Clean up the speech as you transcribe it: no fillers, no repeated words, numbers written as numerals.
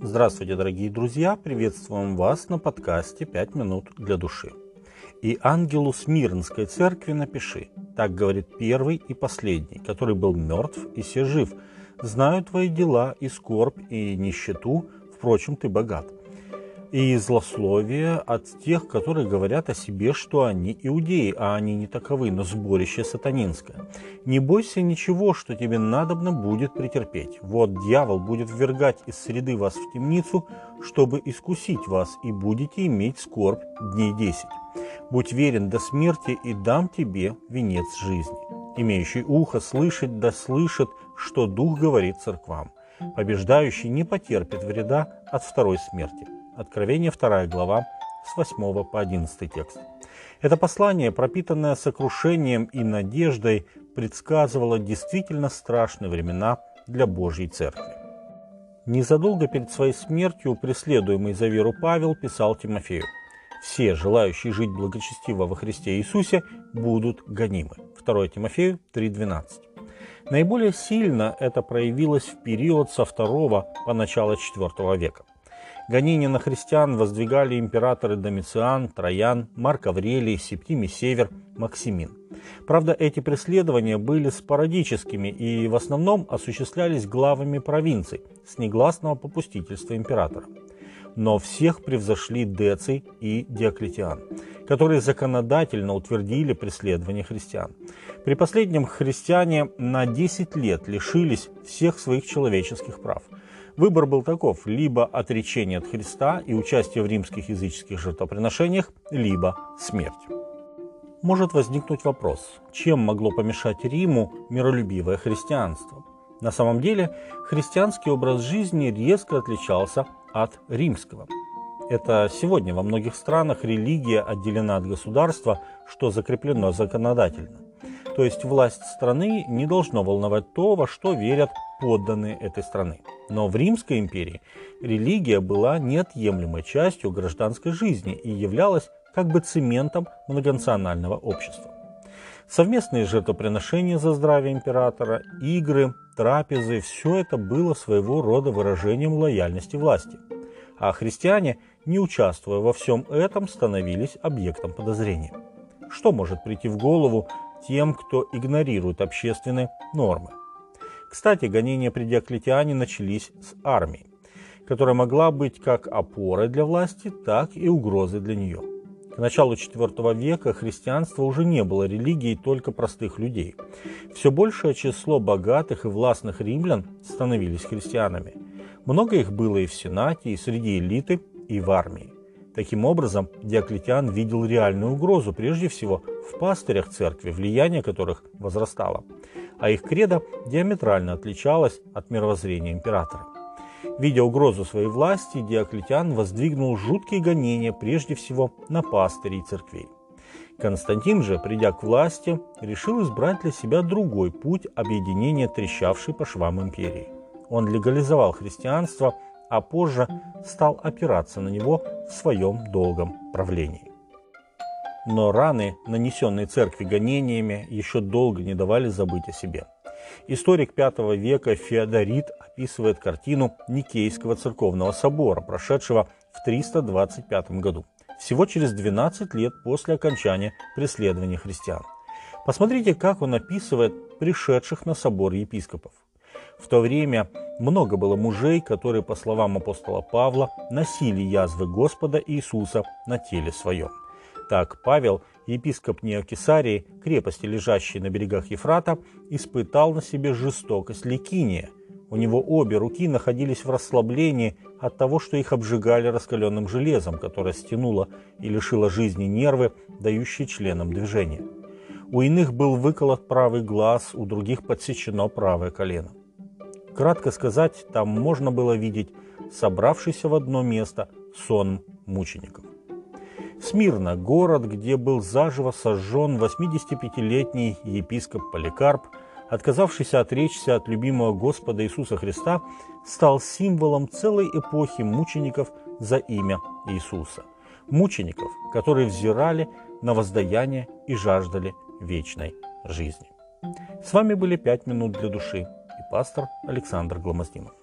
Здравствуйте, дорогие друзья! Приветствуем вас на подкасте «5 минут для души». «И ангелу Смирнской церкви напиши, так говорит первый и последний, который был мертв и се жив. Знаю твои дела и скорбь, и нищету, впрочем, ты богат. И злословие от тех, которые говорят о себе, что они иудеи, а они не таковы, но сборище сатанинское. Не бойся ничего, что тебе надобно будет претерпеть. Вот дьявол будет ввергать из среды вас в темницу, чтобы искусить вас, и будете иметь скорбь дней 10. Будь верен до смерти, и дам тебе венец жизни. Имеющий ухо слышать да слышит, что Дух говорит церквам. Побеждающий не потерпит вреда от второй смерти». Откровение 2 глава с 8 по 11 текст. Это послание, пропитанное сокрушением и надеждой, предсказывало действительно страшные времена для Божьей Церкви. Незадолго перед своей смертью преследуемый за веру Павел писал Тимофею: «Все, желающие жить благочестиво во Христе Иисусе, будут гонимы». 2 Тимофею 3:12. Наиболее сильно это проявилось в период со 2 по начало 4 века. Гонения на христиан воздвигали императоры Домициан, Троян, Марк Аврелий, Септимий Север, Максимин. Правда, эти преследования были спорадическими и в основном осуществлялись главами провинций с негласного попустительства императора. Но всех превзошли Деций и Диоклетиан, которые законодательно утвердили преследование христиан. При последнем христиане на 10 лет лишились всех своих человеческих прав. Выбор был таков: либо отречение от Христа и участие в римских языческих жертвоприношениях, либо смерть. Может возникнуть вопрос, чем могло помешать Риму миролюбивое христианство? На самом деле, христианский образ жизни резко отличался от римского. Это сегодня во многих странах религия отделена от государства, что закреплено законодательно. То есть власть страны не должно волновать то, во что верят подданные этой страны. Но в Римской империи религия была неотъемлемой частью гражданской жизни и являлась как бы цементом многонационального общества. Совместные жертвоприношения за здравие императора, игры, трапезы – все это было своего рода выражением лояльности власти. А христиане, не участвуя во всем этом, становились объектом подозрения. Что может прийти в голову тем, кто игнорирует общественные нормы? Кстати, гонения при Диоклетиане начались с армии, которая могла быть как опорой для власти, так и угрозой для нее. К началу IV века христианство уже не было религией только простых людей. Все большее число богатых и властных римлян становились христианами. Много их было и в Сенате, и среди элиты, и в армии. Таким образом, Диоклетиан видел реальную угрозу, прежде всего, в пастырях церкви, влияние которых возрастало, а их кредо диаметрально отличалось от мировоззрения императора. Видя угрозу своей власти, Диоклетиан воздвигнул жуткие гонения прежде всего на пастырей церквей. Константин же, придя к власти, решил избрать для себя другой путь объединения трещавшей по швам империи. Он легализовал христианство, а позже стал опираться на него в своем долгом правлении. Но раны, нанесенные церкви гонениями, еще долго не давали забыть о себе. Историк V века Феодорит описывает картину Никейского церковного собора, прошедшего в 325 году, всего через 12 лет после окончания преследования христиан. Посмотрите, как он описывает пришедших на собор епископов. В то время много было мужей, которые, по словам апостола Павла, носили язвы Господа Иисуса на теле своем. Так Павел, епископ Неокесарии, крепости, лежащей на берегах Ефрата, испытал на себе жестокость Ликиния. У него обе руки находились в расслаблении от того, что их обжигали раскаленным железом, которое стянуло и лишило жизни нервы, дающие членам движение. У иных был выколот правый глаз, у других подсечено правое колено. Кратко сказать, там можно было видеть собравшийся в одно место сон мучеников. Смирна – город, где был заживо сожжен 85-летний епископ Поликарп, отказавшийся отречься от любимого Господа Иисуса Христа, стал символом целой эпохи мучеников за имя Иисуса. Мучеников, которые взирали на воздаяние и жаждали вечной жизни. С вами были 5 минут для души и пастор Александр Гломоздинов.